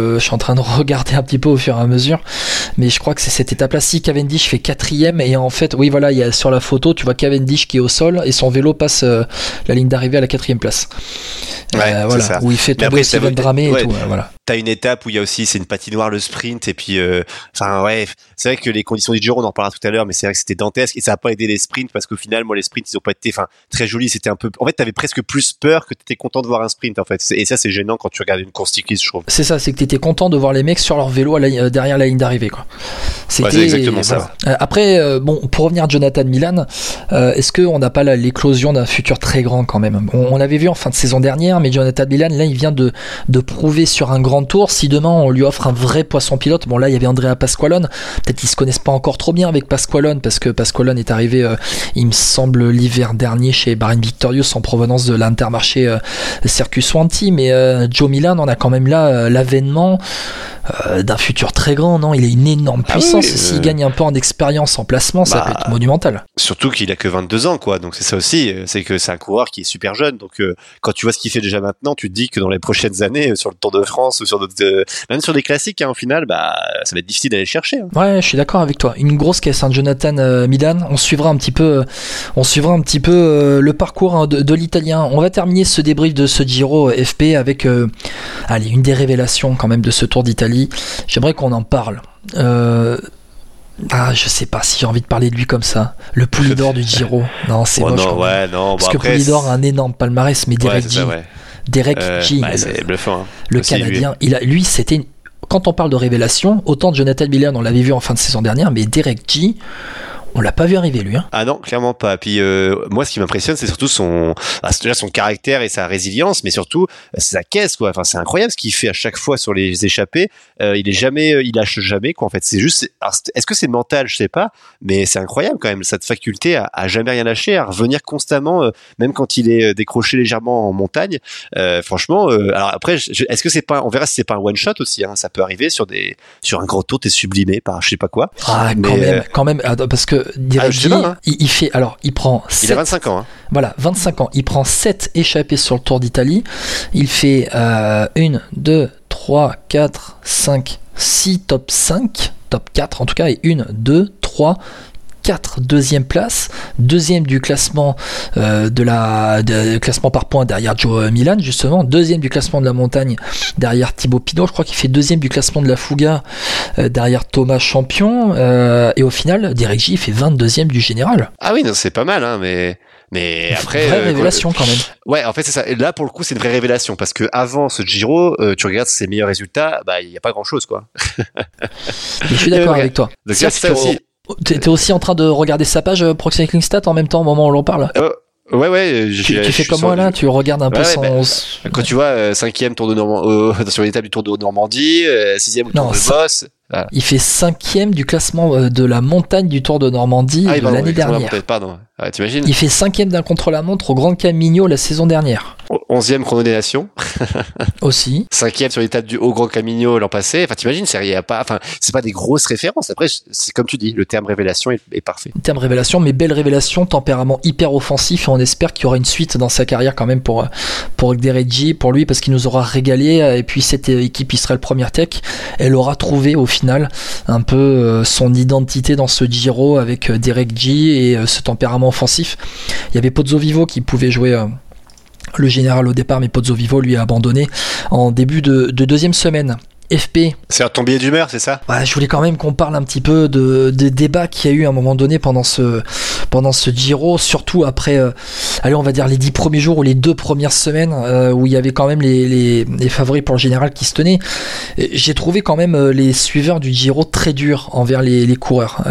un petit peu au fur et à mesure, mais je crois que c'est cette étape-là. Si Cavendish fait 4e, et en fait, oui, voilà, il y a sur la photo, tu vois Cavendish qui est au sol et son vélo passe la ligne d'arrivée à la 4e place. Ouais, voilà, ça. où il fait tomber Steven Dramé et tout. Voilà. T'as une étape où il y a aussi, c'est une patinoire, le sprint, et puis, enfin, ouais, c'est vrai que les conditions du Giro, on en parlera tout à l'heure, mais c'est vrai que c'était dantesque, et ça a pas aidé les sprints, parce qu'au final, moi, les sprints, ils ont pas été, enfin, très jolis, c'était un peu, en fait, t'avais presque plus peur que t'étais content de voir un sprint, en fait. Et ça, c'est gênant quand tu regardes une course cycliste, je trouve. C'est ça, c'est que t'étais content de voir les mecs sur leur vélo derrière la ligne d'arrivée, quoi. C'est exactement ça. Après, bon, pour revenir à Jonathan Milan, est-ce qu'on n'a pas l'éclosion d'un futur très grand quand même? On l'avait vu en fin de saison dernière, mais Jonathan Milan, là, il vient de prouver sur un grand tour. Si demain on lui offre un vrai poisson pilote, bon là il y avait Andrea Pasqualone, peut-être qu'ils se connaissent pas encore trop bien avec Pasqualone, parce que Pasqualone est arrivé, il me semble, l'hiver dernier chez Bahrain Victorious en provenance de l'Intermarché Circus Wanty, mais Joe Milan, on a quand même là l'avènement d'un futur très grand, non? Il a une énorme puissance. S'il gagne un peu en expérience en placement, ça peut être monumental. Surtout qu'il a que 22 ans, quoi. Donc c'est ça aussi, c'est que c'est un coureur qui est super jeune. Donc quand tu vois ce qu'il fait déjà maintenant, tu te dis que dans les prochaines années, sur le Tour de France ou sur d'autres, même sur des classiques, hein, au final, ça va être difficile d'aller le chercher. Hein. Ouais, je suis d'accord avec toi. Une grosse caisse, hein, Jonathan Milan. On suivra un petit peu le parcours de l'Italien. On va terminer ce débrief de ce Giro FP avec une des révélations quand même de ce Tour d'Italie. J'aimerais qu'on en parle. Je sais pas si j'ai envie de parler de lui comme ça. Le Poulidor du Giro. Non, c'est moche. Parce que Poulidor a un énorme palmarès, mais Derek G. Derek G. C'est bluffant. Hein. Le aussi, Canadien. Lui, c'était. Quand on parle de révélation, autant de Jonathan Milan, on l'avait vu en fin de saison dernière, mais Derek G. On l'a pas vu arriver, lui. Hein. Ah non, clairement pas. Puis moi, ce qui m'impressionne, c'est surtout son caractère et sa résilience, mais surtout c'est sa caisse, quoi. Enfin, c'est incroyable ce qu'il fait à chaque fois sur les échappées. Il lâche jamais, quoi. En fait, c'est juste. Alors, est-ce que c'est mental, je sais pas, mais c'est incroyable quand même cette faculté à jamais rien lâcher, à revenir constamment, même quand il est décroché légèrement en montagne. Franchement, alors après, est-ce que c'est pas, on verra si c'est pas un one shot aussi. Hein, ça peut arriver sur un gros tour, t'es sublimé par je sais pas quoi. Ah, quand même, parce que il fait, alors il prend 7, il a 25 ans. Hein. Voilà, 25 ans. Il prend 7 échappées sur le Tour d'Italie. Il fait 1, 2, 3, 4, 5, 6 top 5, top 4 en tout cas, et 1, 2, 3, 4 deuxième place, deuxième du classement classement par points derrière Joe Milan, justement, deuxième du classement de la montagne derrière Thibaut Pinot. Je crois qu'il fait deuxième du classement de la Fouga derrière Thomas Champion, et au final Derek G fait 22e du général. Ah oui, non, c'est pas mal, hein, mais après, vraie révélation quand même. Ouais, en fait c'est ça. Et là pour le coup c'est une vraie révélation parce que avant ce Giro, tu regardes ses meilleurs résultats, il y a pas grand chose, quoi. Mais je suis d'accord avec toi. Donc là, c'est ça aussi. T'es aussi en train de regarder sa page Pro Cycling Stats en même temps au moment où l'on parle. Ouais. Tu fais comme moi là, tu regardes un peu son. Quand tu vois 5e Tour de Normandie, sur l'étape du Tour de Normandie, 6e au Tour de Boss. Ah. Il fait 5e du classement de la montagne du Tour de Normandie de l'année dernière. Pardon. Ah, t'imagines ? Il fait 5e d'un contre-la-montre au Grand Camino la saison dernière. 11e chrono des nations. Aussi. 5e sur l'étape du Haut Grand Camino l'an passé. Enfin, t'imagines, c'est pas des grosses références. Après, c'est comme tu dis, le terme révélation est parfait. Le terme révélation, mais belle révélation, tempérament hyper offensif, et on espère qu'il y aura une suite dans sa carrière quand même pour Derek G, pour lui, parce qu'il nous aura régalé. Et puis cette équipe Israel Premier Tech, elle aura trouvé au final final un peu son identité dans ce Giro avec Derek G et ce tempérament offensif. Il y avait Pozzovivo qui pouvait jouer le général au départ, mais Pozzovivo lui a abandonné en début de deuxième semaine. FP. C'est ton billet d'humeur, c'est ça ? Ouais, je voulais quand même qu'on parle un petit peu des débats qu'il y a eu à un moment donné pendant ce Giro, surtout après, on va dire les 10 premiers jours ou les 2 premières semaines où il y avait quand même les favoris pour le général qui se tenaient. J'ai trouvé quand même les suiveurs du Giro très durs envers les coureurs.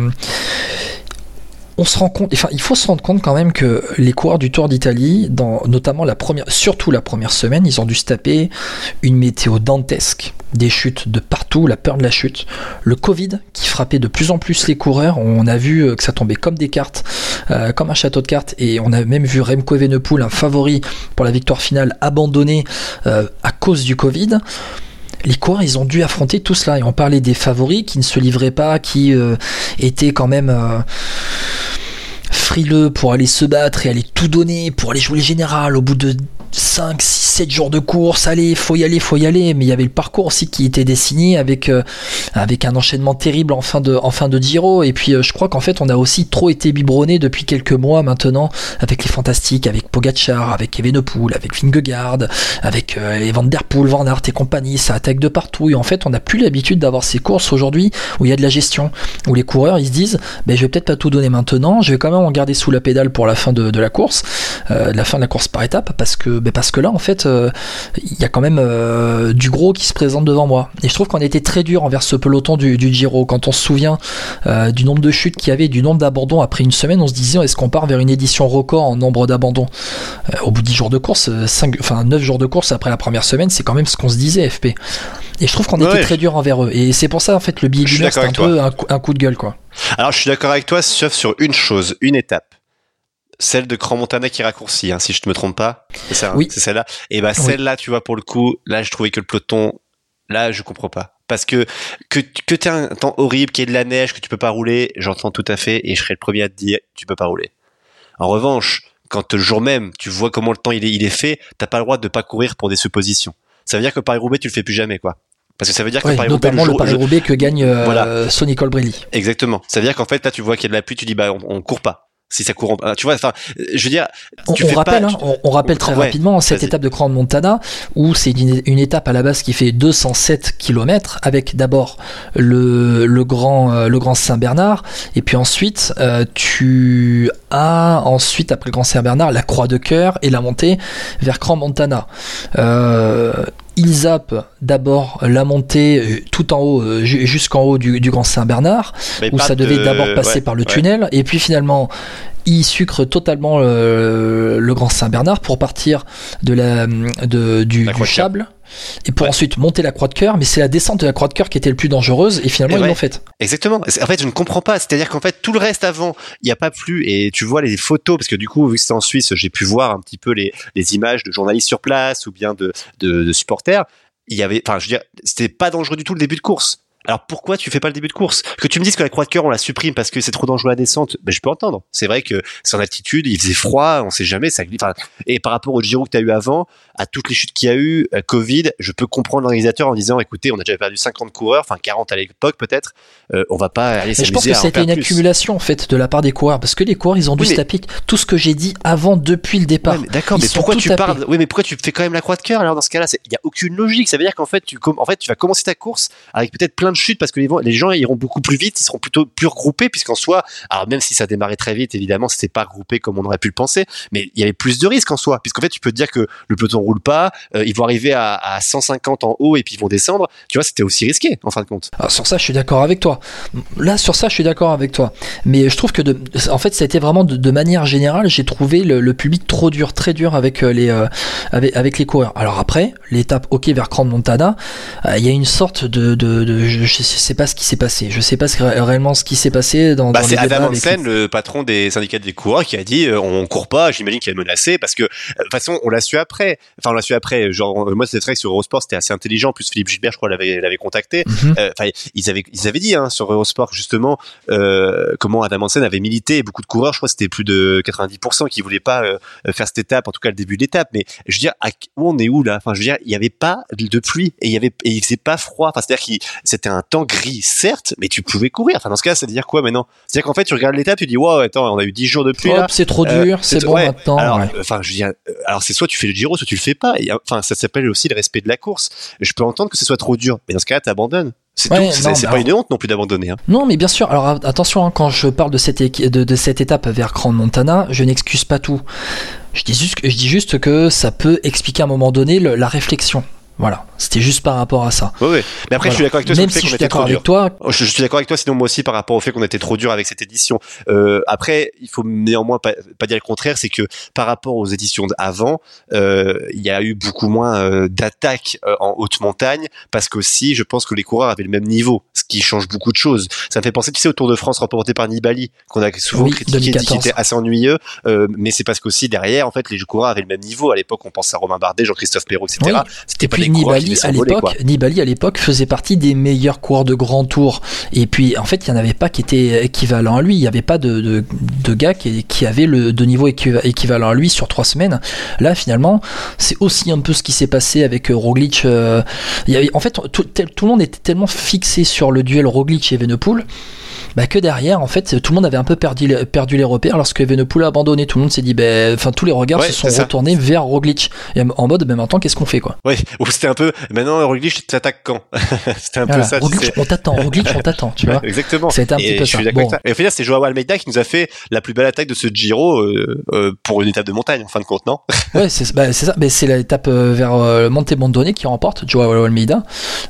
On se rend compte, il faut se rendre compte quand même que les coureurs du Tour d'Italie, notamment surtout la première semaine, ils ont dû se taper une météo dantesque, des chutes de partout, la peur de la chute, le Covid qui frappait de plus en plus les coureurs. On a vu que ça tombait comme des cartes, comme un château de cartes, et on a même vu Remco Evenepoel, un favori pour la victoire finale, abandonné à cause du Covid. Les coureurs, ils ont dû affronter tout cela. Et on parlait des favoris qui ne se livraient pas, qui étaient quand même frileux pour aller se battre et aller tout donner, pour aller jouer le général au bout de 5, 6, 7 jours de course. Allez, faut y aller. Mais il y avait le parcours aussi qui était dessiné avec un enchaînement terrible en fin de Giro. Et puis je crois qu'en fait on a aussi trop été biberonné depuis quelques mois maintenant avec les fantastiques, avec Pogacar, avec Evenepoel, avec Vingegaard, avec Van Der Poel, Van Aert et compagnie. Ça attaque de partout. Et en fait on n'a plus l'habitude d'avoir ces courses aujourd'hui où il y a de la gestion, où les coureurs ils se disent je vais peut-être pas tout donner maintenant, je vais quand même en garder sous la pédale pour la fin de la course, la fin de la course par étape, parce que là en fait il y a quand même du gros qui se présente devant moi, et je trouve qu'on était très dur envers ce peloton du Giro. Quand on se souvient du nombre de chutes qu'il y avait, du nombre d'abandons après une semaine, on se disait est-ce qu'on part vers une édition record en nombre d'abandons au bout de 10 jours de course, 9 jours de course après la première semaine, c'est quand même ce qu'on se disait, FP. Et je trouve qu'on était très dur envers eux, et c'est pour ça en fait le billet d'humeur c'est un peu un coup de gueule quoi. Alors je suis d'accord avec toi, sauf sur une chose, une étape. Celle de Crans-Montana qui raccourcit, si je ne me trompe pas. C'est ça, oui. C'est celle-là. Et celle-là, tu vois, pour le coup, là, je trouvais que le peloton, là, je comprends pas. Parce que t'aies un temps horrible, qu'il y ait de la neige, que tu peux pas rouler, j'entends tout à fait, et je serais le premier à te dire, tu peux pas rouler. En revanche, quand le jour même, tu vois comment le temps il est fait, t'as pas le droit de pas courir pour des suppositions. Ça veut dire que Paris-Roubaix, tu le fais plus jamais, quoi. Parce que ça veut dire que Paris-Roubaix, notamment le Paris-Roubaix que gagne Sonny Colbrelli. Exactement. Ça veut dire qu'en fait, là, tu vois qu'il y a de la pluie, tu dis, on court pas. Si ça court, tu vois, je veux dire, on rappelle très rapidement cette étape de Crans-Montana où c'est une étape à la base qui fait 207 km avec d'abord le Grand Saint-Bernard, et puis ensuite tu as après le Grand Saint-Bernard la Croix de Cœur et la montée vers Crans-Montana. Ils zappent d'abord la montée tout en haut, jusqu'en haut du Grand Saint-Bernard, où ça devait d'abord passer par le tunnel, et puis finalement ils sucrent totalement le Grand Saint-Bernard pour partir du Chable, et pour ensuite monter la Croix de Cœur. Mais c'est la descente de la Croix de Cœur qui était le plus dangereuse, et finalement ils l'ont faite. Exactement. En fait, je ne comprends pas. C'est-à-dire qu'en fait, tout le reste avant, il n'y a pas plu, et tu vois les photos, parce que du coup, vu que c'était en Suisse, j'ai pu voir un petit peu les images de journalistes sur place ou bien de supporters. Il y avait, je veux dire, c'était pas dangereux du tout le début de course. Alors pourquoi tu fais pas le début de course ? Que tu me dises que la Croix de Cœur on la supprime parce que c'est trop dangereux la descente, je peux entendre. C'est vrai que c'est en altitude, il faisait froid, on sait jamais, ça glisse. Et par rapport au Giro que tu as eu avant, à toutes les chutes qu'il y a eu, Covid, je peux comprendre l'organisateur en disant écoutez, on a déjà perdu 50 coureurs, 40 à l'époque peut-être, on va pas aller s'amuser. Je pense que c'était une accumulation en fait de la part des coureurs, parce que les coureurs ils ont dû se taper tout ce que j'ai dit avant depuis le départ. Ouais, mais d'accord, mais pourquoi tu parles ? Oui, mais pourquoi tu fais quand même la Croix de Cœur alors dans ce cas-là ? Il y a aucune logique. Ça veut dire qu'en fait tu vas commencer ta course avec peut-être plein de chutes parce que les gens iront beaucoup plus vite, ils seront plutôt plus regroupés, puisqu'en soi, alors même si ça démarrait très vite, évidemment, c'était pas regroupé comme on aurait pu le penser, mais il y avait plus de risques en soi, puisqu'en fait, tu peux te dire que le peloton roule pas, ils vont arriver à 150 en haut et puis ils vont descendre, tu vois, c'était aussi risqué, en fin de compte. Alors, sur ça, je suis d'accord avec toi. Mais je trouve que en fait, ça a été vraiment de manière générale, j'ai trouvé le public trop dur, très dur avec les coureurs. Alors après, l'étape vers Crans-Montana, il y a une sorte je sais pas ce qui s'est passé. Je sais pas réellement ce qui s'est passé dans c'est Adam Hansen, le patron des syndicats des coureurs, qui a dit on court pas. J'imagine qu'il est menacé parce que de toute façon on l'a su après. Genre moi c'est vrai que sur Eurosport c'était assez intelligent. Plus Philippe Gilbert, je crois, l'avait contacté. Ils avaient dit sur Eurosport justement comment Adam Hansen avait milité. Et beaucoup de coureurs, je crois que c'était plus de 90% qui voulaient pas faire cette étape, en tout cas le début de l'étape. Mais je veux dire, où on est où là ? Je veux dire, il y avait pas de pluie et il faisait pas froid. C'est-à-dire que c'était un temps gris, certes, mais tu pouvais courir. Enfin, dans ce cas, ça veut dire quoi maintenant? C'est-à-dire qu'en fait, tu regardes l'étape, tu dis, wow, attends, on a eu 10 jours de pluie là. C'est trop dur, c'est bon maintenant. Alors, enfin, je veux dire, alors c'est soit tu fais le Giro, soit tu le fais pas. Enfin, ça s'appelle aussi le respect de la course. Je peux entendre que ce soit trop dur, mais dans ce cas-là, t'abandonnes. C'est tout. C'est pas une honte non plus d'abandonner. Hein. Non, mais bien sûr. Alors attention, quand je parle de cette étape vers Grand Montana, je n'excuse pas tout. Je dis juste que ça peut expliquer à un moment donné la réflexion. Voilà, c'était juste par rapport à ça. Oui. Mais après, je suis d'accord avec toi sur le fait qu'on était trop dur. Je suis d'accord avec toi, sinon moi aussi par rapport au fait qu'on était trop dur avec cette édition. Après, il faut néanmoins pas dire le contraire, c'est que par rapport aux éditions d'avant, il y a eu beaucoup moins d'attaques en haute montagne, parce qu'aussi, je pense que les coureurs avaient le même niveau, ce qui change beaucoup de choses. Ça me fait penser, tu sais, au Tour de France remporté par Nibali, qu'on a souvent critiqué, dit qu'il était assez ennuyeux, mais c'est parce qu'aussi derrière, en fait, les coureurs avaient le même niveau. À l'époque, on pense à Romain Bardet, Jean-Christophe Perrault, etc. Oui. C'était pas Nibali à l'époque faisait partie des meilleurs coureurs de grand tour, et puis en fait il n'y en avait pas qui étaient équivalents à lui. Il n'y avait pas de gars qui avaient de niveau équivalent à lui sur 3 semaines. Là finalement c'est aussi un peu ce qui s'est passé avec Roglic. En fait tout le monde était tellement fixé sur le duel Roglic et Evenepoel que derrière en fait tout le monde avait un peu perdu les repères lorsque Evenepoel a abandonné. Tout le monde s'est dit tous les regards se sont retournés vers Roglic, et en mode maintenant qu'est-ce qu'on fait quoi. Ouais, ou c'était un peu maintenant Roglic t'attaques quand. C'était un peu ça. Roglic on t'attend, tu vois. Exactement. C'était un petit peu ça. Bon. Et au final c'est Joao Almeida qui nous a fait la plus belle attaque de ce Giro pour une étape de montagne en fin de compte, non? Ouais, c'est ça. Mais c'est l'étape vers Monte Bondone qui remporte Joao Almeida.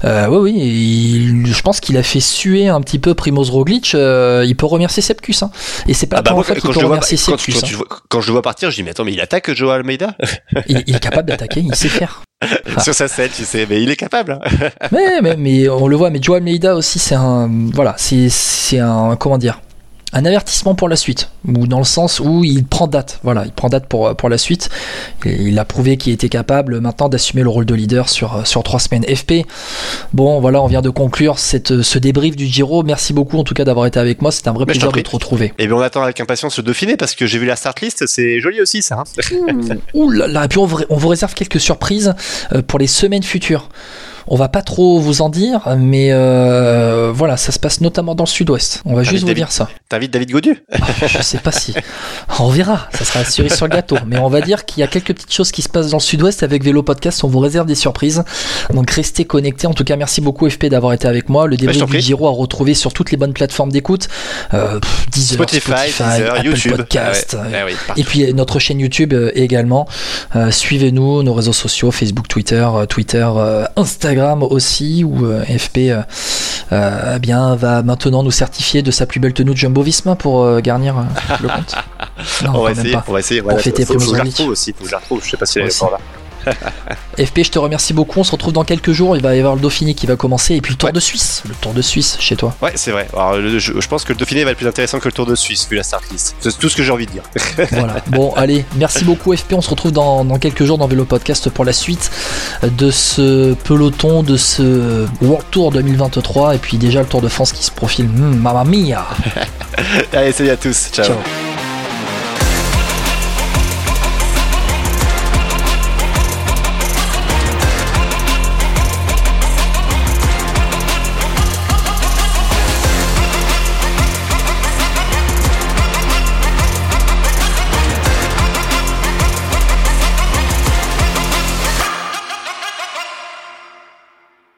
Je pense qu'il a fait suer un petit peu Primoz Roglic. Il peut remercier Sepkus, hein. Et c'est pas la première fois qu'il peut remercier Sepkus. Quand je le vois partir, je dis mais attends, mais il attaque Joao Almeida. il est capable d'attaquer, il sait faire. Sur sa selle, tu sais, mais il est capable. mais on le voit. Mais Joao Almeida aussi, c'est un comment dire, un avertissement pour la suite, ou dans le sens où il prend date. Voilà, il prend date pour la suite. Et il a prouvé qu'il était capable maintenant d'assumer le rôle de leader sur 3 semaines. FP, bon voilà, on vient de conclure ce débrief du Giro. Merci beaucoup en tout cas d'avoir été avec moi. C'était un vrai plaisir de te retrouver. Et bien on attend avec impatience le Dauphiné, parce que j'ai vu la start list, c'est joli aussi ça. Ouh là là, et puis on vous réserve quelques surprises pour les semaines futures. On va pas trop vous en dire, mais voilà, ça se passe notamment dans le sud-ouest. On va juste vous dire ça. T'invites David Gaudu? Je sais pas si. On verra, ça sera la cerise sur le gâteau. Mais on va dire qu'il y a quelques petites choses qui se passent dans le sud-ouest avec Vélo Podcast. On vous réserve des surprises. Donc restez connectés. En tout cas, merci beaucoup FP d'avoir été avec moi. Le débrief du Giro à retrouver sur toutes les bonnes plateformes d'écoute. Deezer, Spotify, Apple YouTube, Podcast. Et puis notre chaîne YouTube également. Suivez-nous, nos réseaux sociaux, Facebook, Twitter, Instagram aussi, où FP va maintenant nous certifier de sa plus belle tenue de Jumbo Visma pour garnir le compte. Non, on va essayer. Pour fêter Primoz Roglic. Faut que je la retrouve. Je sais pas si elle est encore là. FP, je te remercie beaucoup. On se retrouve dans quelques jours. Il va y avoir le Dauphiné qui va commencer, et puis le Tour de Suisse. Le Tour de Suisse chez toi. Ouais, c'est vrai. Alors, je pense que le Dauphiné va être plus intéressant que le Tour de Suisse vu la start list. C'est tout ce que j'ai envie de dire. Voilà. Bon, allez, merci beaucoup FP. On se retrouve dans quelques jours dans Vélo Podcast pour la suite de ce peloton, de ce World Tour 2023, et puis déjà le Tour de France qui se profile. Mamma mia. Allez, salut à tous. Ciao.